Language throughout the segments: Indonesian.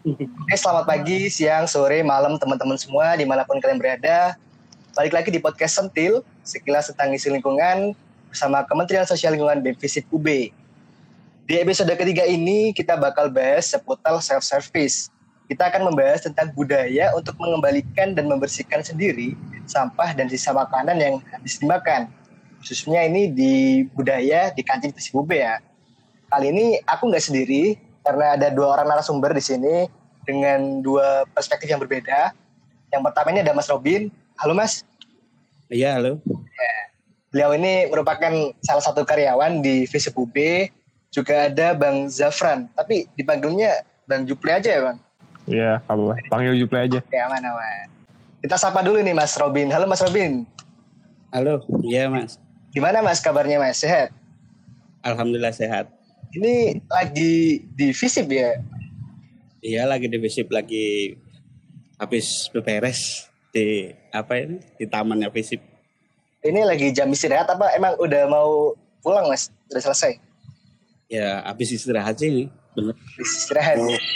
Oke, selamat pagi, siang, sore, malam teman-teman semua dimanapun kalian berada. Balik lagi di podcast Sentil, sekilas tentang isu lingkungan bersama Kementerian Sosial Lingkungan BEM Visip UB. Di episode ketiga ini kita bakal bahas seputar self-service. Kita akan membahas tentang budaya untuk mengembalikan dan membersihkan sendiri sampah dan sisa makanan yang habis dimakan. Khususnya ini di budaya di kantin Visip UB ya. Kali ini aku nggak sendiri karena ada dua orang narasumber di sini dengan dua perspektif yang berbeda. Yang pertama ini ada Mas Robin. Halo Mas. Iya, halo. Beliau ini merupakan salah satu karyawan di Visip UB. Juga ada Bang Zafran, tapi dipanggilnya Bang Juple aja ya Bang? Iya, kalau panggil Juple aja. Oke, aman. Kita sapa dulu nih Mas Robin. Halo Mas Robin. Halo, iya Mas. Gimana Mas kabarnya Mas? Sehat? Alhamdulillah sehat. Ini lagi di Visip ya? Iya, lagi di Visip, lagi habis beberes di di tamannya Visip. Ini lagi jam istirahat apa emang udah mau pulang Mas? Udah selesai? Ya, habis istirahat sih ini. Bener. Habis istirahat.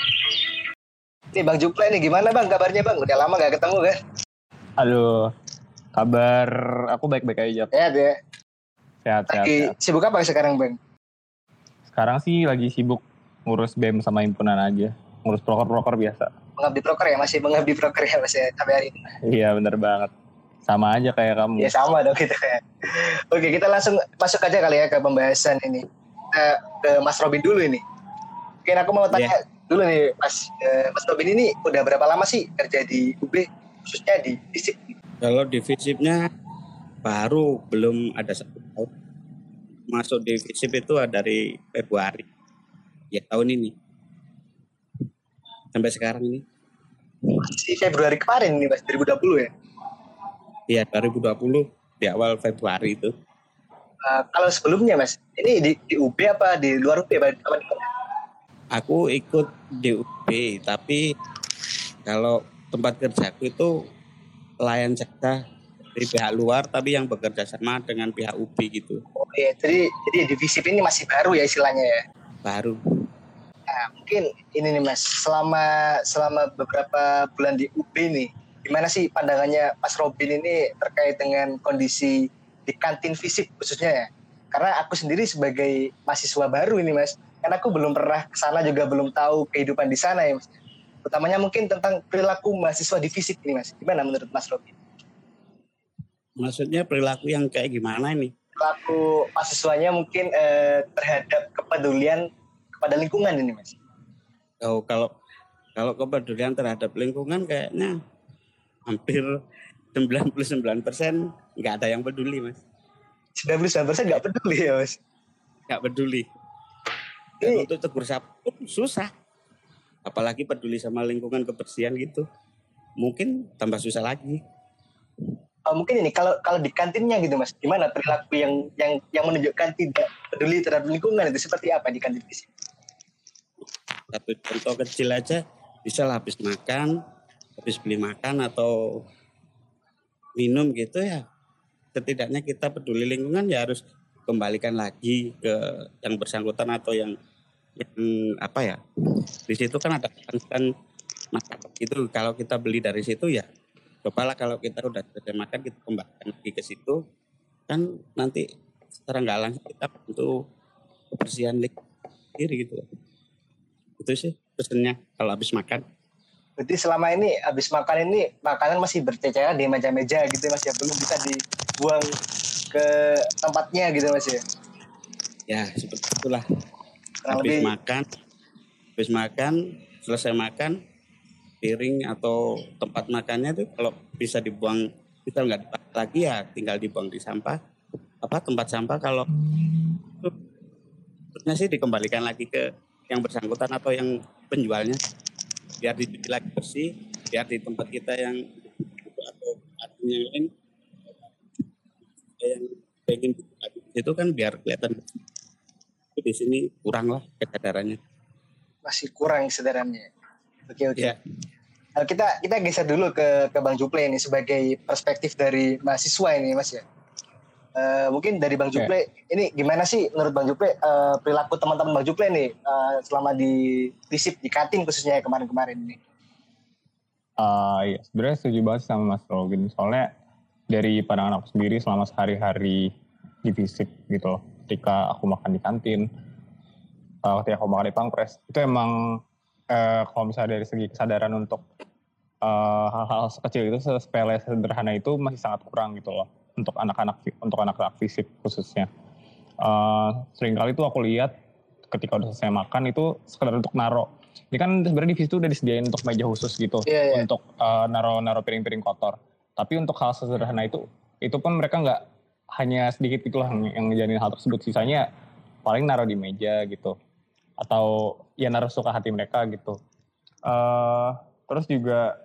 Nih Bang Juple nih, gimana Bang kabarnya Bang? Udah lama gak ketemu kan? Aduh, kabar aku baik-baik aja. Sehat ya? Sehat. Sibuk apa sekarang Bang? Sekarang sih lagi sibuk ngurus BEM sama himpunan aja. Ngurus proker biasa. Mengabdi proker ya? Masih mengabdi proker ya Mas ya? Sampai hari ini? Iya, bener banget. Sama aja kayak kamu. Ya sama dong kita kayak. Oke, kita langsung masuk aja kali ya ke pembahasan ini. Kita ke Mas Robin dulu ini. Mungkin aku mau tanya dulu nih Mas. Mas Robin ini udah berapa lama sih kerja di UB? Khususnya di Visip? Kalau di Visipnya baru, belum ada 1 tahun. Masuk di Visip itu dari Februari. Ya tahun ini. Sampai sekarang ini. Masih Februari kemarin nih Mas, 2020 ya? Iya, 2020 di awal Februari itu. Kalau sebelumnya Mas, ini di UB apa di luar UB apa di mana? Aku ikut di UB, tapi kalau tempat kerjaku itu pelayan jasa dari pihak luar, tapi yang bekerja sama dengan pihak UB gitu. Oh iya, jadi di Visip ini masih baru ya istilahnya ya? Baru. Nah, mungkin ini nih Mas, selama beberapa bulan di UB nih, gimana sih pandangannya Mas Robin ini terkait dengan kondisi di kantin Visip khususnya ya? Karena aku sendiri sebagai mahasiswa baru ini Mas, karena aku belum pernah kesana juga belum tahu kehidupan di sana ya Mas. Utamanya mungkin tentang perilaku mahasiswa di Visip ini Mas. Gimana menurut Mas Robin? Maksudnya perilaku yang kayak gimana ini? Perilaku mahasiswanya mungkin terhadap kepedulian kepada lingkungan ini Mas. Oh, kalau kepedulian terhadap lingkungan kayaknya hampir 99% nggak ada yang peduli Mas. 99% nggak peduli ya Mas? Nggak peduli. Dan untuk tegur sapa pun susah. Apalagi peduli sama lingkungan kebersihan gitu. Mungkin tambah susah lagi. Mungkin ini kalau di kantinnya gitu Mas, gimana perilaku yang menunjukkan tidak peduli terhadap lingkungan itu seperti apa di kantin Visip? Satu contoh kecil aja, bisa habis makan, habis beli makan atau minum gitu ya. Setidaknya kita peduli lingkungan ya harus kembalikan lagi ke yang bersangkutan atau yang apa ya. Di situ kan ada kan masyarakat itu, kalau kita beli dari situ ya cobalah kalau kita udah selesai makan kita kembalikan lagi ke situ, kan nanti secara nggak langsung kita bantu kebersihan lingkungan sendiri gitu. Itu sih pesennya kalau habis makan. Berarti selama ini habis makan ini makanan masih berceceran di meja-meja gitu Mas ya, belum bisa dibuang ke tempatnya gitu Mas ya? Ya seperti itulah. Habis makan, selesai makan, piring atau tempat makannya itu kalau bisa dibuang, kita nggak dipakai lagi ya tinggal dibuang di sampah, tempat sampah. Kalau itu sih dikembalikan lagi ke yang bersangkutan atau yang penjualnya, biar dicuci lagi bersih, biar di tempat kita yang atau artinya lain yang pengen itu kan biar kelihatan. Di sini kurang lah kesadarannya. Masih kurang kesadarannya. Oke. Ya. Kita geser dulu ke Bang Juple ini sebagai perspektif dari mahasiswa ini Mas ya. Mungkin dari Bang Juple, ini gimana sih menurut Bang Juple perilaku teman-teman Bang Juple nih selama di FISIP, di kantin khususnya kemarin-kemarin ini? Iya, sebenarnya setuju banget sama Mas Robin. Soalnya dari pandangan aku sendiri selama sehari-hari di FISIP gitu loh. Ketika aku makan di kantin, ketika aku makan di Pangpres, itu emang kalau misalnya dari segi kesadaran untuk hal-hal sekecil itu, sepele, sederhana itu masih sangat kurang gitu loh. Untuk anak-anak FISIP khususnya. Seringkali tuh aku lihat ketika udah selesai makan itu sekedar untuk naro. Ini kan sebenarnya di FISIP itu udah disediain untuk meja khusus gitu, untuk naro piring-piring kotor. Tapi untuk hal sederhana itu pun mereka nggak, hanya sedikit itulah yang ngejalanin hal tersebut. Sisanya paling naro di meja gitu, atau ya naro suka hati mereka gitu. Terus juga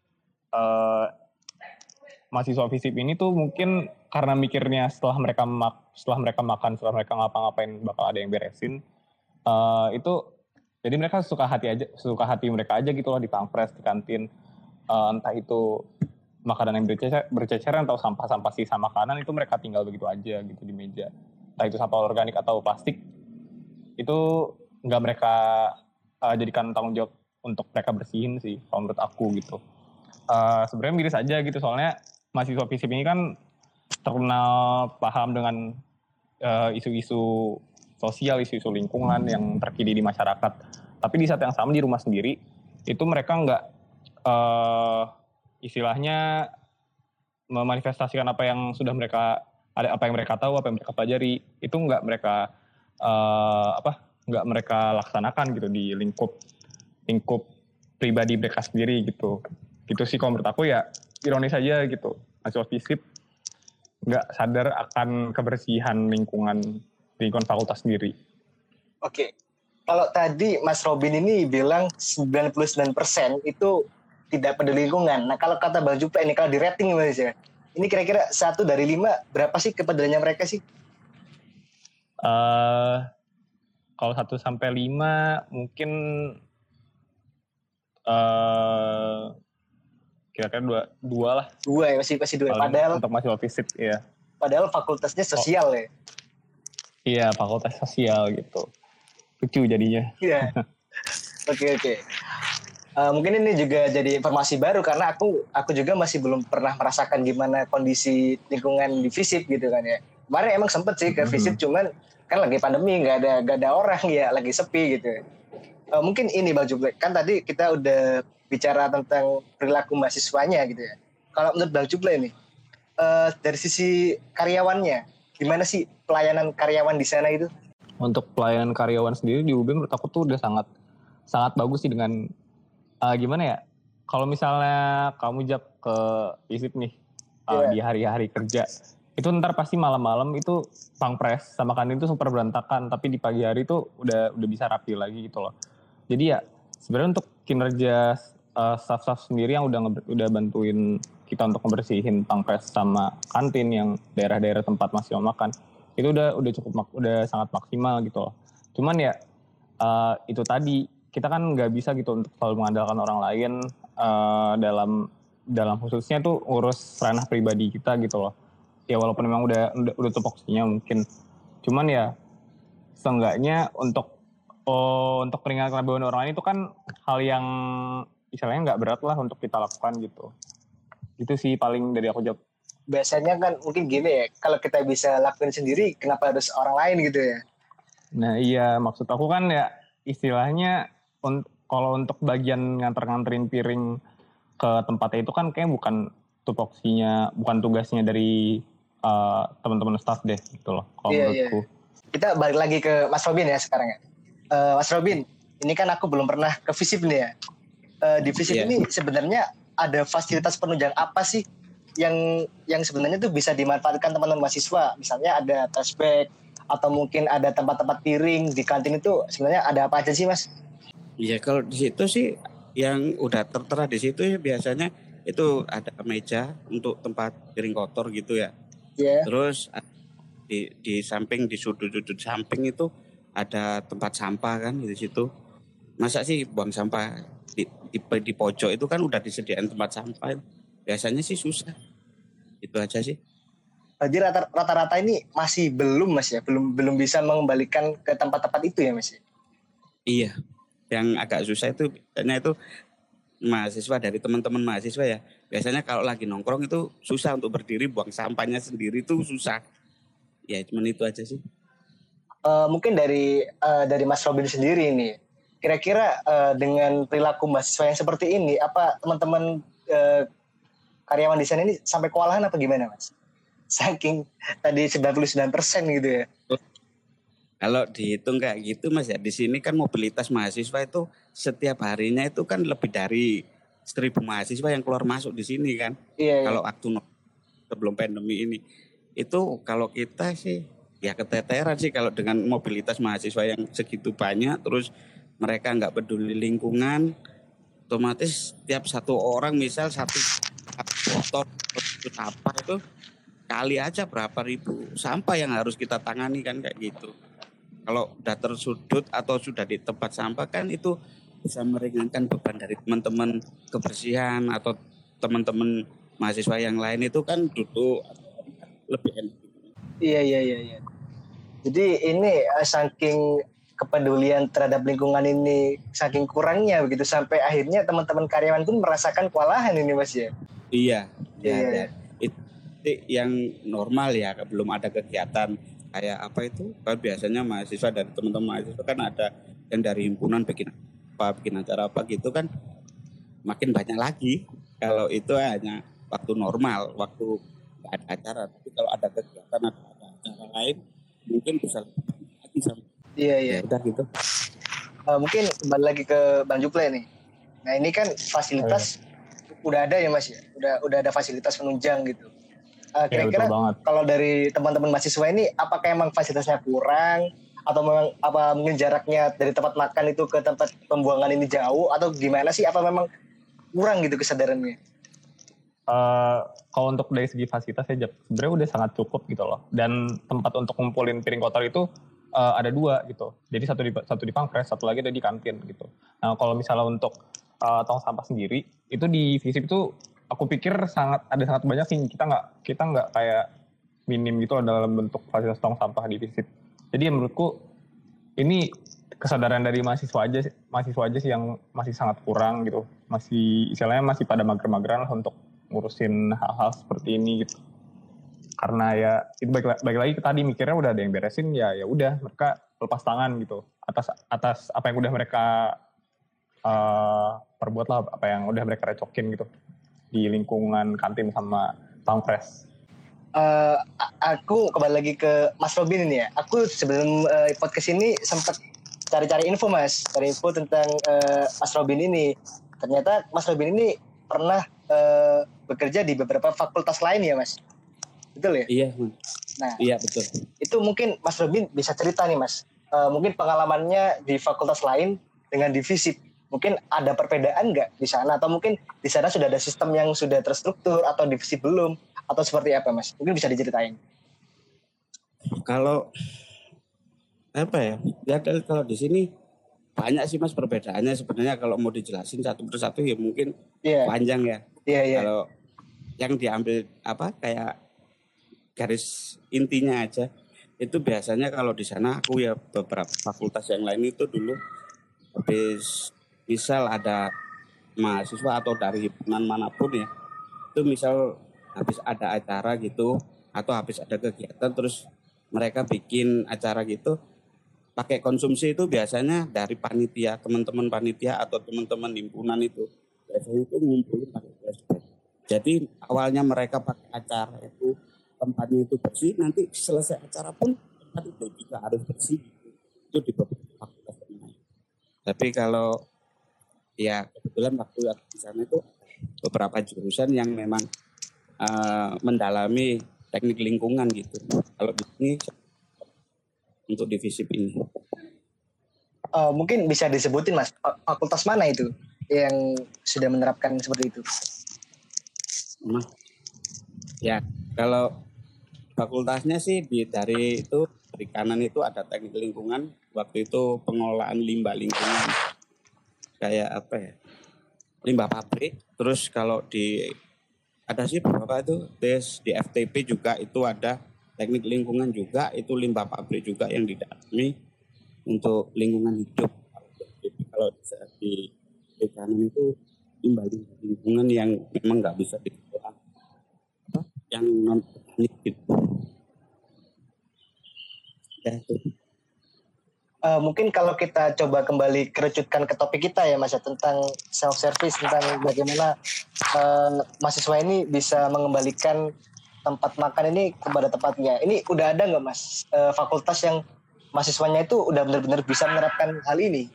mahasiswa FISIP ini tuh mungkin karena mikirnya setelah mereka makan, setelah mereka ngapa-ngapain bakal ada yang beresin, itu jadi mereka suka hati mereka aja gitu loh di Pangpres, di kantin, entah itu makanan yang berceceran atau sampah-sampah sisa makanan itu mereka tinggal begitu aja gitu di meja, entah itu sampah organik atau plastik, itu nggak mereka jadikan tanggung jawab untuk mereka bersihin sih kalau menurut aku gitu. Sebenarnya miris aja gitu, soalnya mahasiswa FISIP ini kan terkenal paham dengan isu-isu sosial, isu-isu lingkungan yang terkini di masyarakat. Tapi di saat yang sama di rumah sendiri, itu mereka nggak istilahnya memanifestasikan apa yang mereka tahu, apa yang mereka pelajari, itu nggak mereka laksanakan gitu di lingkup pribadi mereka sendiri gitu. Gitu sih kalau menurut aku, ya ironis aja gitu. Mahasiswa FISIP nggak sadar akan kebersihan lingkungan fakultas sendiri. Oke. Kalau tadi Mas Robin ini bilang 99% itu tidak peduli lingkungan. Nah, kalau kata Bang Juple ini, kalau di rating ya, ini kira-kira 1 dari 5 berapa sih kepeduliannya mereka sih? Kalau 1 sampai 5 mungkin kira-kira 2 lah. 2 ya, masih 2. Padahal untuk mahasiswa FISIP ya. Padahal fakultasnya sosial ya. Iya, fakultas sosial gitu. Lucu jadinya. Iya. Oke. Mungkin ini juga jadi informasi baru karena aku juga masih belum pernah merasakan gimana kondisi lingkungan di FISIP gitu kan ya. Kemarin emang sempet sih ke FISIP, cuman kan lagi pandemi, nggak ada orang ya, lagi sepi gitu. Mungkin ini Bang Juble, kan tadi kita udah bicara tentang perilaku mahasiswanya gitu ya. Kalau menurut Bang Juble ini, dari sisi karyawannya, gimana sih pelayanan karyawan di sana itu? Untuk pelayanan karyawan sendiri di UB menurut aku tuh udah sangat bagus sih dengan gimana ya? Kalau misalnya kamu ke FISIP nih di hari-hari kerja, itu ntar pasti malam-malam itu Pangpres sama kantin itu super berantakan, tapi di pagi hari itu udah bisa rapi lagi gitu loh. Jadi ya sebenarnya untuk kinerja staff-staff sendiri yang udah bantuin kita untuk membersihin Pangpres sama kantin yang daerah-daerah tempat mahasiswa makan, itu udah sangat maksimal gitu loh. Cuman ya itu tadi, kita kan nggak bisa gitu untuk selalu mengandalkan orang lain dalam khususnya tuh urus ranah pribadi kita gitu loh. Ya walaupun memang udah tupoksinya mungkin, cuman ya seenggaknya untuk peringatan kenabian orang lain itu kan hal yang istilahnya nggak berat lah untuk kita lakukan gitu. Itu sih paling dari aku jawab. Biasanya kan mungkin gini ya, kalau kita bisa lakuin sendiri, kenapa harus orang lain gitu ya? Nah iya, maksud aku kan ya istilahnya kalau untuk bagian nganterin piring ke tempatnya itu kan kayak bukan tupoksinya, bukan tugasnya dari teman-teman staff deh gitu loh kalau menurutku. Kita balik lagi ke Mas Robin ya sekarang ya. Mas Robin, ini kan aku belum pernah ke FISIP nih ya. Di FISIP ini sebenarnya ada fasilitas penunjang apa sih yang sebenarnya tuh bisa dimanfaatkan teman-teman mahasiswa? Misalnya ada trash bag atau mungkin ada tempat-tempat piring di kantin, itu sebenarnya ada apa aja sih Mas? Iya, kalau di situ sih yang udah tertera di situ ya biasanya itu ada meja untuk tempat piring kotor gitu ya. Terus di samping, di sudut-sudut samping itu ada tempat sampah kan di situ. Masa sih buang sampah di pojok itu kan udah disediain tempat sampah. Biasanya sih susah. Itu aja sih. Jadi rata-rata ini masih belum Mas ya, belum bisa mengembalikan ke tempat-tempat itu ya Mas. Iya, yang agak susah itu biasanya itu mahasiswa dari teman-teman mahasiswa ya. Biasanya kalau lagi nongkrong itu susah untuk berdiri, buang sampahnya sendiri itu susah. Ya cuman itu aja sih. Mungkin dari Mas Robin sendiri ini, kira-kira dengan perilaku mahasiswa yang seperti ini, apa teman-teman karyawan di sana ini sampai kewalahan apa gimana Mas? Saking tadi 99% gitu ya. Kalau dihitung kayak gitu Mas ya, di sini kan mobilitas mahasiswa itu setiap harinya itu kan lebih dari 1.000 mahasiswa yang keluar masuk di sini kan. Iya. Kalau waktu sebelum pandemi ini. Itu kalau kita sih ya keteteran sih kalau dengan mobilitas mahasiswa yang segitu banyak, terus mereka nggak peduli lingkungan, otomatis tiap satu orang misal satu motor itu sampah itu kali aja berapa ribu sampah yang harus kita tangani kan kayak gitu. Kalau udah tersudut atau sudah di tempat sampah kan itu bisa meringankan beban dari teman-teman kebersihan atau teman-teman mahasiswa yang lain itu kan duduk lebih enak. Iya. Jadi ini saking kepedulian terhadap lingkungan ini saking kurangnya begitu sampai akhirnya teman-teman karyawan pun merasakan kewalahan ini Mas ya. Iya. Iya. Itu yang normal ya, belum ada kegiatan kayak apa itu kan biasanya mahasiswa dari teman-teman mahasiswa kan ada yang dari himpunan bikin acara apa gitu kan makin banyak lagi. Kalau itu hanya waktu normal, waktu nggak ada acara. Tapi kalau ada kegiatan ada acara lain mungkin bisa lebih banyak lagi sama. Iya. Ya udah gitu. Mungkin kembali lagi ke Bang Juple nih. Nah ini kan fasilitas udah ada ya Mas ya, udah ada fasilitas penunjang gitu. Kira-kira kalau dari teman-teman mahasiswa ini apakah emang fasilitasnya kurang atau memang apa mungkin jaraknya dari tempat makan itu ke tempat pembuangan ini jauh atau gimana sih, apa memang kurang gitu kesadarannya? Kalau untuk dari segi fasilitas ya sebenarnya udah sangat cukup gitu loh, dan tempat untuk ngumpulin piring kotor itu ada 2 gitu, jadi satu di Pankres, satu lagi ada di kantin gitu. Nah kalau misalnya untuk tong sampah sendiri itu di FISIP itu aku pikir sangat banyak sih, kita nggak kayak minim gitu dalam bentuk fasilitas tong sampah di FISIP. Jadi menurutku ini kesadaran dari mahasiswa aja sih yang masih sangat kurang gitu, masih istilahnya masih pada mager-mageran untuk ngurusin hal-hal seperti ini gitu. Karena ya itu baik lagi tadi mikirnya udah ada yang beresin ya udah mereka lepas tangan gitu atas apa yang udah mereka perbuat lah, apa yang udah mereka recokin gitu di lingkungan kantin sama Pankres. Aku kembali lagi ke Mas Robin ini ya. Aku sebelum podcast ini sempat cari-cari info Mas, cari info tentang Mas Robin ini. Ternyata Mas Robin ini pernah bekerja di beberapa fakultas lain ya Mas. Betul ya? Iya. Nah, iya betul. Itu mungkin Mas Robin bisa cerita nih Mas. Mungkin pengalamannya di fakultas lain dengan di FISIP. Mungkin ada perbedaan nggak di sana, atau mungkin di sana sudah ada sistem yang sudah terstruktur atau di FISIP belum, atau seperti apa Mas? Mungkin bisa diceritain. Kalau apa ya? Ya kalau di sini banyak sih Mas perbedaannya sebenarnya, kalau mau dijelasin satu persatu ya mungkin panjang ya. Iya. Kalau yang diambil apa kayak garis intinya aja itu biasanya kalau di sana aku ya beberapa fakultas yang lain itu dulu habis misal ada mahasiswa atau dari himpunan manapun ya, itu misal habis ada acara gitu atau habis ada kegiatan terus mereka bikin acara gitu pakai konsumsi itu biasanya dari panitia, teman-teman panitia atau teman-teman himpunan itu biasanya itu ngumpulin pakai flashback. Jadi awalnya mereka pakai acara itu tempatnya itu bersih, nanti selesai acara pun tempat itu juga harus bersih gitu. Itu di beberapa fakultas. Tapi kalau ya kebetulan waktu di sana itu beberapa jurusan yang memang mendalami teknik lingkungan gitu. Kalau di sini untuk divisi ini. Mungkin bisa disebutin Mas, fakultas mana itu yang sudah menerapkan seperti itu? Ya kalau fakultasnya sih dari itu perikanan itu ada teknik lingkungan, waktu itu pengelolaan limbah lingkungan. Kayak apa ya, limbah pabrik. Terus kalau di ada sih beberapa itu tes di FTP juga itu ada teknik lingkungan juga itu limbah pabrik juga yang didalami untuk lingkungan hidup. Jadi kalau di perikanan itu limbah lingkungan yang memang nggak bisa dikelola yang non organik gitu. Ya itu. Mungkin kalau kita coba kembali kerucutkan ke topik kita ya Mas ya, tentang self service, tentang bagaimana mahasiswa ini bisa mengembalikan tempat makan ini kepada tempatnya. Ini udah ada nggak Mas fakultas yang mahasiswanya itu udah benar-benar bisa menerapkan hal ini?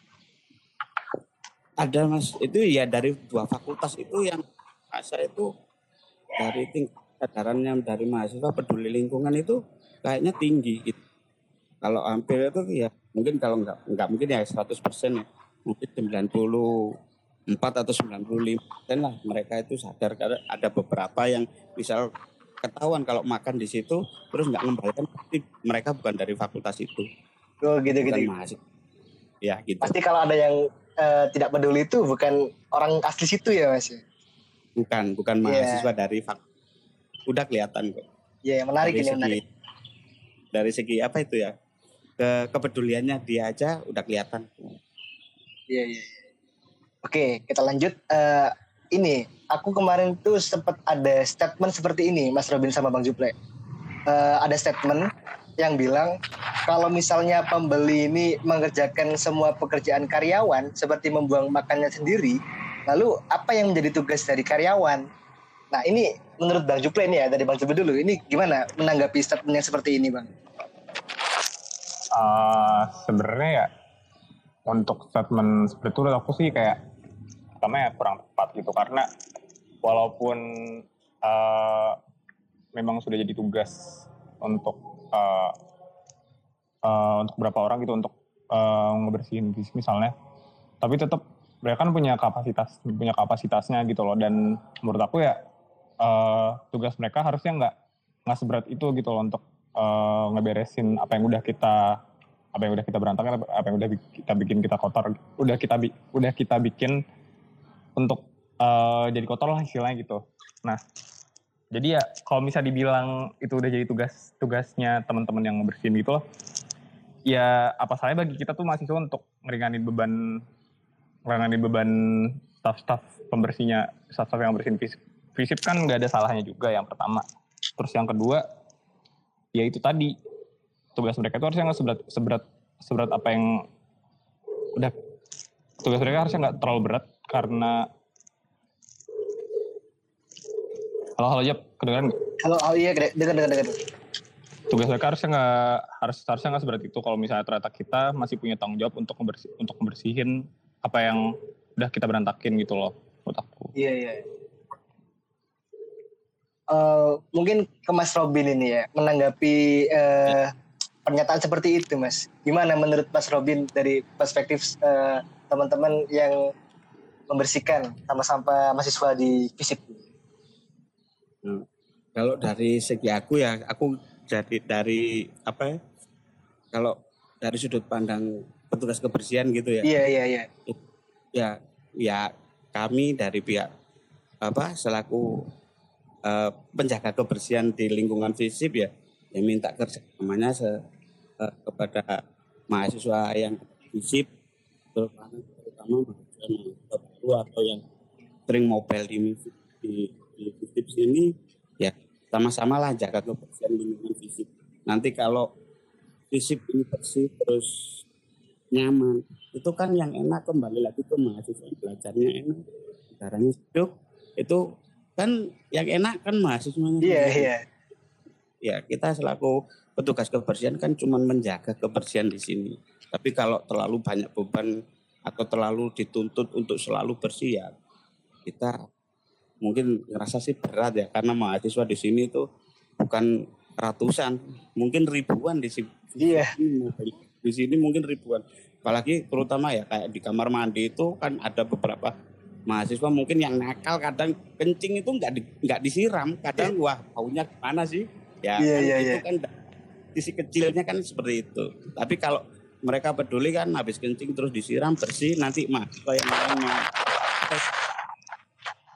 Ada Mas, itu ya dari 2 fakultas itu yang saya itu dari tingkat kesadarannya dari mahasiswa peduli lingkungan itu kayaknya tinggi gitu. Kalau hampir itu ya mungkin kalau nggak mungkin ya 100% ya. Mungkin 94 atau 95% lah mereka itu sadar karena ada beberapa yang misal ketahuan kalau makan di situ terus nggak ngembalikan pasti mereka bukan dari fakultas itu. Oh gitu-gitu. Bukan mahasiswa. Ya gitu. Pasti kalau ada yang tidak peduli itu bukan orang asli situ ya Mas? Bukan mahasiswa dari fakultas. Udah kelihatan kok. Iya, menarik ini menarik. Dari segi apa itu ya? Kepeduliannya dia aja udah kelihatan. Iya. Oke, kita lanjut. Ini, aku kemarin tuh sempat ada statement seperti ini, Mas Robin sama Bang Juple. Ada statement yang bilang kalau misalnya pembeli ini mengerjakan semua pekerjaan karyawan seperti membuang makannya sendiri, lalu apa yang menjadi tugas dari karyawan? Nah, ini menurut Bang Juple ini ya, dari Bang Juple dulu. Ini gimana menanggapi statement yang seperti ini, Bang? Sebenarnya ya untuk statement seperti itu aku sih kayak pertama ya kurang tepat gitu, karena walaupun memang sudah jadi tugas untuk beberapa orang gitu untuk ngebersihin misalnya, tapi tetap mereka kan punya kapasitasnya gitu loh, dan menurut aku ya tugas mereka harusnya nggak seberat itu gitu loh untuk ngeberesin apa yang udah kita berantakan, apa yang udah kita bikin kita kotor, udah kita bikin untuk jadi kotor lah istilahnya gitu. Nah, jadi ya kalau bisa dibilang itu udah jadi tugasnya teman-teman yang ngebersihin gitu loh, ya apa salahnya bagi kita tuh mahasiswa untuk ngeringanin beban staff pembersihnya, staff yang bersihin fisip kan nggak ada salahnya juga, yang pertama. Terus yang kedua, ya itu tadi tugas mereka itu harusnya nggak seberat apa yang udah, tugas mereka harusnya nggak terlalu berat, karena halo Jep, kedengeran nggak? Halo, iya dengar. Tugas mereka harusnya nggak seberat itu kalau misalnya ternyata kita masih punya tanggung jawab untuk membersihin apa yang udah kita berantakin gitu loh, menurut aku. Iya. Mungkin ke Mas Robin ini ya, menanggapi pernyataan seperti itu, Mas. Gimana menurut Mas Robin dari perspektif teman-teman yang membersihkan sampah-sampah mahasiswa di FISIP? Kalau dari segi aku ya, aku jadi dari apa ya? Kalau dari sudut pandang petugas kebersihan gitu ya. Iya. Ya kami dari pihak selaku penjaga kebersihan di lingkungan FISIP ya minta kerjasamanya kepada mahasiswa yang FISIP, terutama mahasiswa baru atau yang sering mobile di FISIP sini, ya sama-sama lah jaga kebersihan lingkungan FISIP. Nanti kalau FISIP ini bersih terus nyaman, itu kan yang enak kembali lagi ke mahasiswa, belajarnya enak, udaranya sejuk, itu kan yang enak kan mahasiswanya. Iya. Ya kita selaku petugas kebersihan kan cuma menjaga kebersihan di sini. Tapi kalau terlalu banyak beban atau terlalu dituntut untuk selalu bersih ya kita mungkin ngerasa sih berat ya, karena mahasiswa di sini tuh bukan ratusan, mungkin ribuan di sini. Iya. Di sini mungkin ribuan. Apalagi terutama ya kayak di kamar mandi itu kan ada beberapa mahasiswa mungkin yang nakal, kadang kencing itu nggak disiram, kadang wah baunya gimana sih ya. Itu kan sisi kecilnya kan seperti itu. Tapi kalau mereka peduli kan habis kencing terus disiram bersih, nanti mahasiswa yang lainnya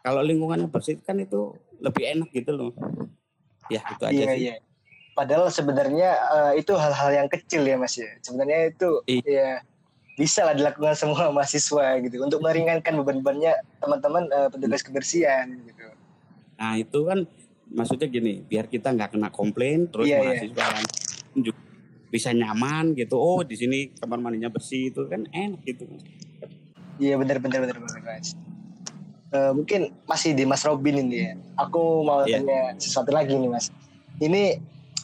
kalau lingkungannya bersih kan itu lebih enak gitu loh. Ya itu aja Iya, sih. iya. Padahal sebenarnya itu hal-hal yang kecil ya Mas ya. Sebenarnya itu ya bisa lah dilakukan semua mahasiswa gitu untuk meringankan beban-bebannya teman-teman petugas kebersihan gitu. Nah itu kan maksudnya gini, biar kita nggak kena komplain, terus Iya, mahasiswa yang juga bisa nyaman gitu. Oh di sini kamar mandinya bersih, itu kan enak gitu. Iya, benar Mas. Mungkin masih di Mas Robin ini ya. Aku mau tanya sesuatu lagi nih Mas. Ini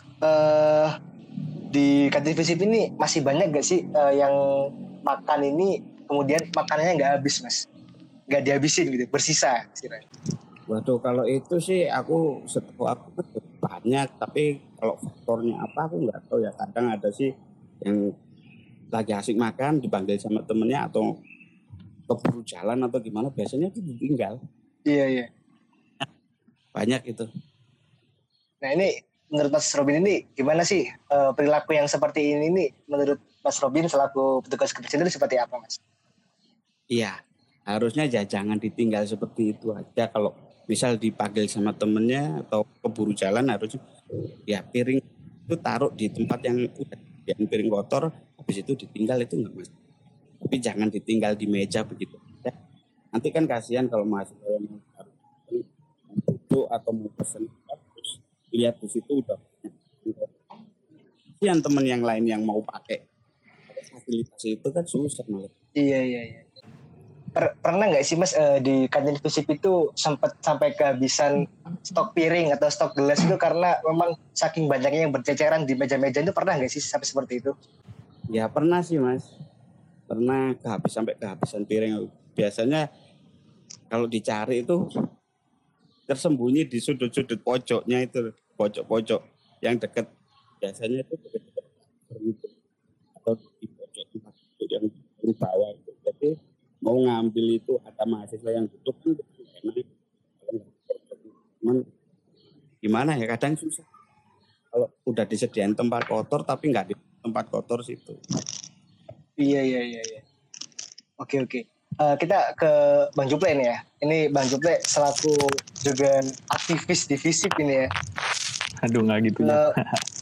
di kantin visip ini masih banyak gak sih yang makan ini kemudian makanannya nggak habis Mas? Nggak dihabisin gitu, bersisa istilahnya. Waduh kalau itu sih setahu aku banyak, tapi kalau faktornya apa aku nggak tahu ya. Kadang ada sih yang lagi asik makan dipanggil sama temennya atau keburu jalan atau gimana, biasanya itu ditinggal. Iya. Banyak itu. Nah ini menurut Mas Robin ini gimana sih perilaku yang seperti ini nih menurut Mas Robin selaku petugas kebersihan itu seperti apa Mas? Iya, harusnya jangan ditinggal seperti itu aja. Kalau misal dipanggil sama temennya atau keburu jalan, harusnya ya piring itu taruh di tempat yang udah piring kotor, habis itu ditinggal, itu nggak mas. Tapi jangan ditinggal di meja begitu. Ya. Nanti kan kasihan kalau mahasiswa yang mau duduk atau mau pesen, terus lihat di situ udah kasihan teman yang lain yang mau pakai fasilitas itu kan susah malah. Iya. Pernah nggak sih Mas di kantin visip itu sempat sampai kehabisan stok piring atau stok gelas itu karena memang saking banyaknya yang berceceran di meja-meja itu, pernah nggak sih sampai seperti itu? Ya pernah sih mas, pernah sampai kehabisan piring. Biasanya kalau dicari itu tersembunyi di sudut-sudut pojoknya itu, pojok-pojok yang dekat, biasanya itu dekat atau di pojok tempat yang di bawah itu. Jadi mau ngambil itu ada mahasiswa yang duduk kan enak. Cuman gimana ya, kadang susah. Kalau udah disediain tempat kotor tapi nggak di tempat kotor situ. Iya. Oke. Kita ke Bang Juple nih ya. Ini Bang Juple selaku juga aktivis di visip ini ya. Aduh nggak gitu ya.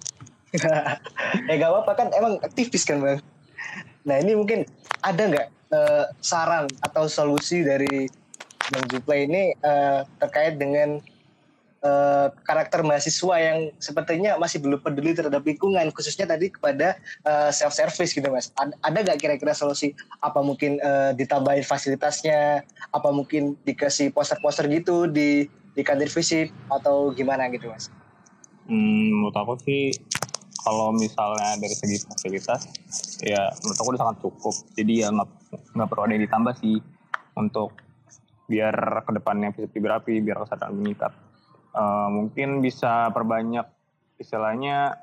Ya gak apa-apa kan, emang aktivis kan Bang. Nah ini mungkin ada nggak saran atau solusi dari Bang Juple ini terkait dengan karakter mahasiswa yang sepertinya masih belum peduli terhadap lingkungan, khususnya tadi kepada self service gitu Mas. Ada nggak kira-kira solusi? Apa mungkin ditambahin fasilitasnya? Apa mungkin dikasih poster-poster gitu di kantin visip atau gimana gitu Mas? Menurut aku sih kalau misalnya dari segi fasilitas ya menurut aku udah sangat cukup. Jadi ya nggak perlu ada yang ditambah sih untuk biar kedepannya visip berapi, biar kesadaran meningkat. Mungkin bisa perbanyak istilahnya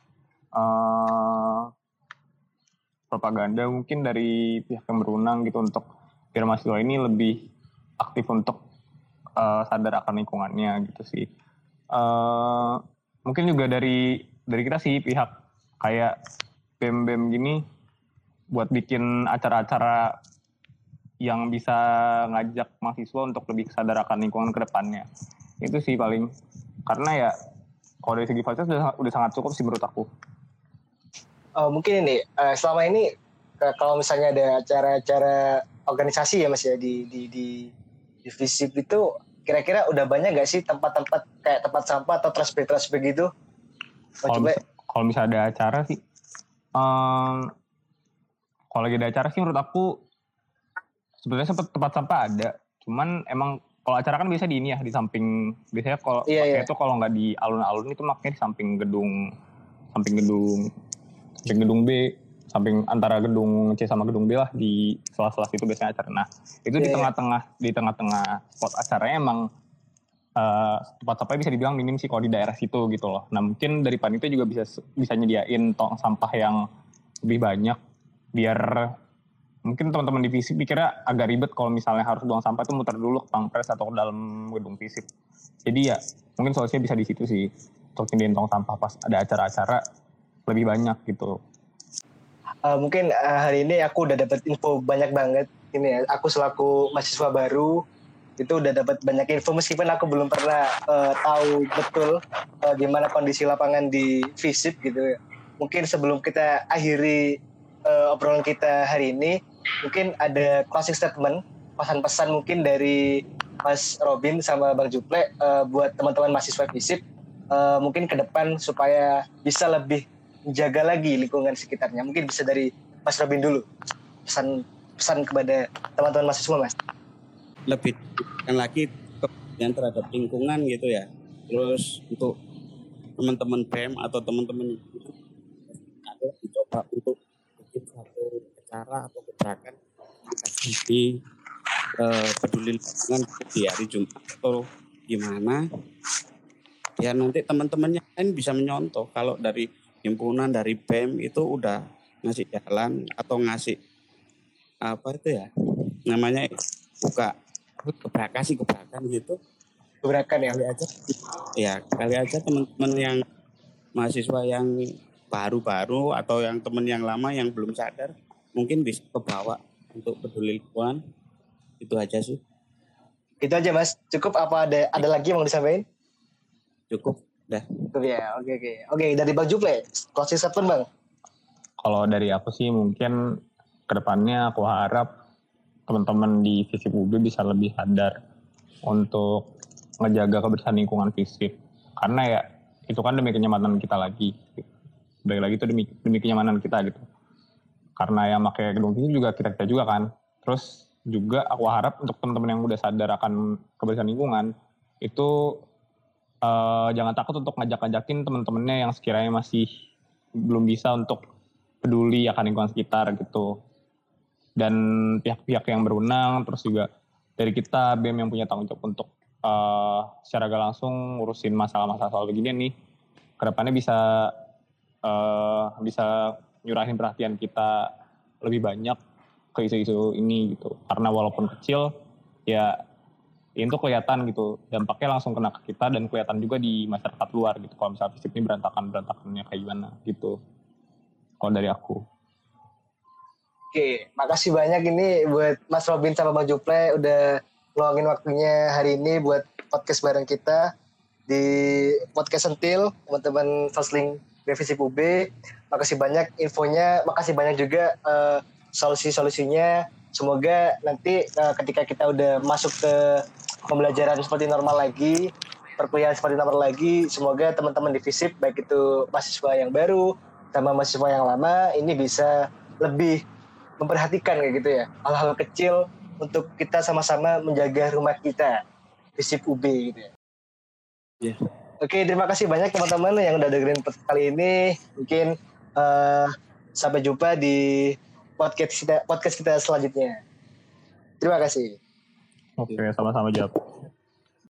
propaganda mungkin dari pihak yang berwenang gitu untuk biar mahasiswa ini lebih aktif untuk sadar akan lingkungannya gitu sih. Mungkin juga dari kita sih pihak kayak BEM gini buat bikin acara-acara yang bisa ngajak mahasiswa untuk lebih sadar akan lingkungan ke depannya. Itu sih paling, karena ya kalau dari segi fasilitas udah sangat cukup sih menurut aku. Mungkin ini selama ini kalau misalnya ada acara-acara organisasi ya Mas ya di visip itu, kira-kira udah banyak nggak sih tempat-tempat kayak tempat sampah atau trash bag gitu? Kalau misalnya ada acara sih, kalau lagi ada acara sih menurut aku sebenarnya tempat sampah ada, cuman emang kalau acara kan biasa di ini ya, di samping, biasanya kalau makanya itu kalau nggak di alun-alun itu makanya di samping gedung B, samping antara gedung C sama gedung B lah, di sela-sela itu biasanya acara. Nah itu di tengah-tengah spot acaranya emang tempat sampah bisa dibilang minim sih kalau di daerah situ gitu loh. Nah mungkin dari panitia juga bisa nyediain tong sampah yang lebih banyak, biar mungkin teman-teman di visip pikirnya agak ribet kalau misalnya harus buang sampah itu muter dulu ke Pangpres atau ke dalam gedung visip. Jadi ya mungkin solusinya bisa di situ sih, untuk nyediain tong sampah pas ada acara-acara lebih banyak gitu. Mungkin hari ini aku udah dapat info banyak banget ini ya. Aku selaku mahasiswa baru itu udah dapat banyak info meskipun aku belum pernah tahu betul gimana kondisi lapangan di FISIP gitu. Mungkin sebelum kita akhiri obrolan kita hari ini, mungkin ada closing statement, pesan-pesan mungkin dari Mas Robin sama Bang Juple buat teman-teman mahasiswa FISIP mungkin ke depan supaya bisa lebih menjaga lagi lingkungan sekitarnya. Mungkin bisa dari Mas Robin dulu. Pesan kepada teman-teman mahasiswa, Mas. Lebih lagi kepedulian terhadap lingkungan gitu ya. Terus untuk teman-teman BEM atau teman-teman ada dicoba untuk bikin satu acara atau gerakan di peduli lingkungan di hari Jumat atau gimana ya, nanti teman-teman yang lain bisa menyontoh. Kalau dari himpunan, dari BEM itu udah ngasih jalan atau ngasih apa itu ya namanya, buka gebrakan gitu. Gebrakan ya. Kali aja teman-teman yang mahasiswa yang baru-baru atau yang teman yang lama yang belum sadar mungkin bisa kebawa untuk peduli lingkungan. Itu aja sih. Itu aja, Mas. Cukup apa ada lagi yang mau disampaikan? Cukup dah. Cukup ya. Oke, dari Bang Juple, closing statement, Bang. Kalau dari aku sih mungkin kedepannya aku harap teman-teman di FISIP UB bisa lebih sadar untuk ngejaga kebersihan lingkungan FISIP. Karena ya itu kan demi kenyamanan kita lagi. Balik lagi itu demi kenyamanan kita gitu. Karena yang pakai gedung FISIP juga kita juga kan. Terus juga aku harap untuk teman-teman yang udah sadar akan kebersihan lingkungan itu jangan takut untuk ngajak-ngajakin teman-temannya yang sekiranya masih belum bisa untuk peduli akan lingkungan sekitar gitu. Dan pihak-pihak yang berwenang, terus juga dari kita BEM yang punya tanggung jawab untuk secara gak langsung ngurusin masalah-masalah soal begini nih, kedepannya bisa nyurahin perhatian kita lebih banyak ke isu-isu ini gitu. Karena walaupun kecil, ya itu kelihatan gitu, dampaknya langsung kena ke kita dan kelihatan juga di masyarakat luar gitu. Kalau misalnya FISIP ini berantakannya kayak gimana gitu. Kalau dari aku. Oke, makasih banyak ini buat Mas Robin sama Bang Juple udah ngeluangin waktunya hari ini buat podcast bareng kita di podcast Sentil, teman-teman Fasling FISIP UB. Makasih banyak infonya, makasih banyak juga solusi-solusinya. Semoga nanti ketika kita udah masuk ke pembelajaran seperti normal lagi, perkuliahan seperti normal lagi, semoga teman-teman di FISIP, baik itu mahasiswa yang baru sama mahasiswa yang lama, ini bisa lebih memperhatikan kayak gitu ya, hal-hal kecil untuk kita sama-sama menjaga rumah kita, FISIP UB gitu ya. Yeah. Oke, terima kasih banyak teman-teman yang udah dengerin kali ini. Mungkin sampai jumpa di podcast kita selanjutnya. Terima kasih. Oke, sama-sama Jap.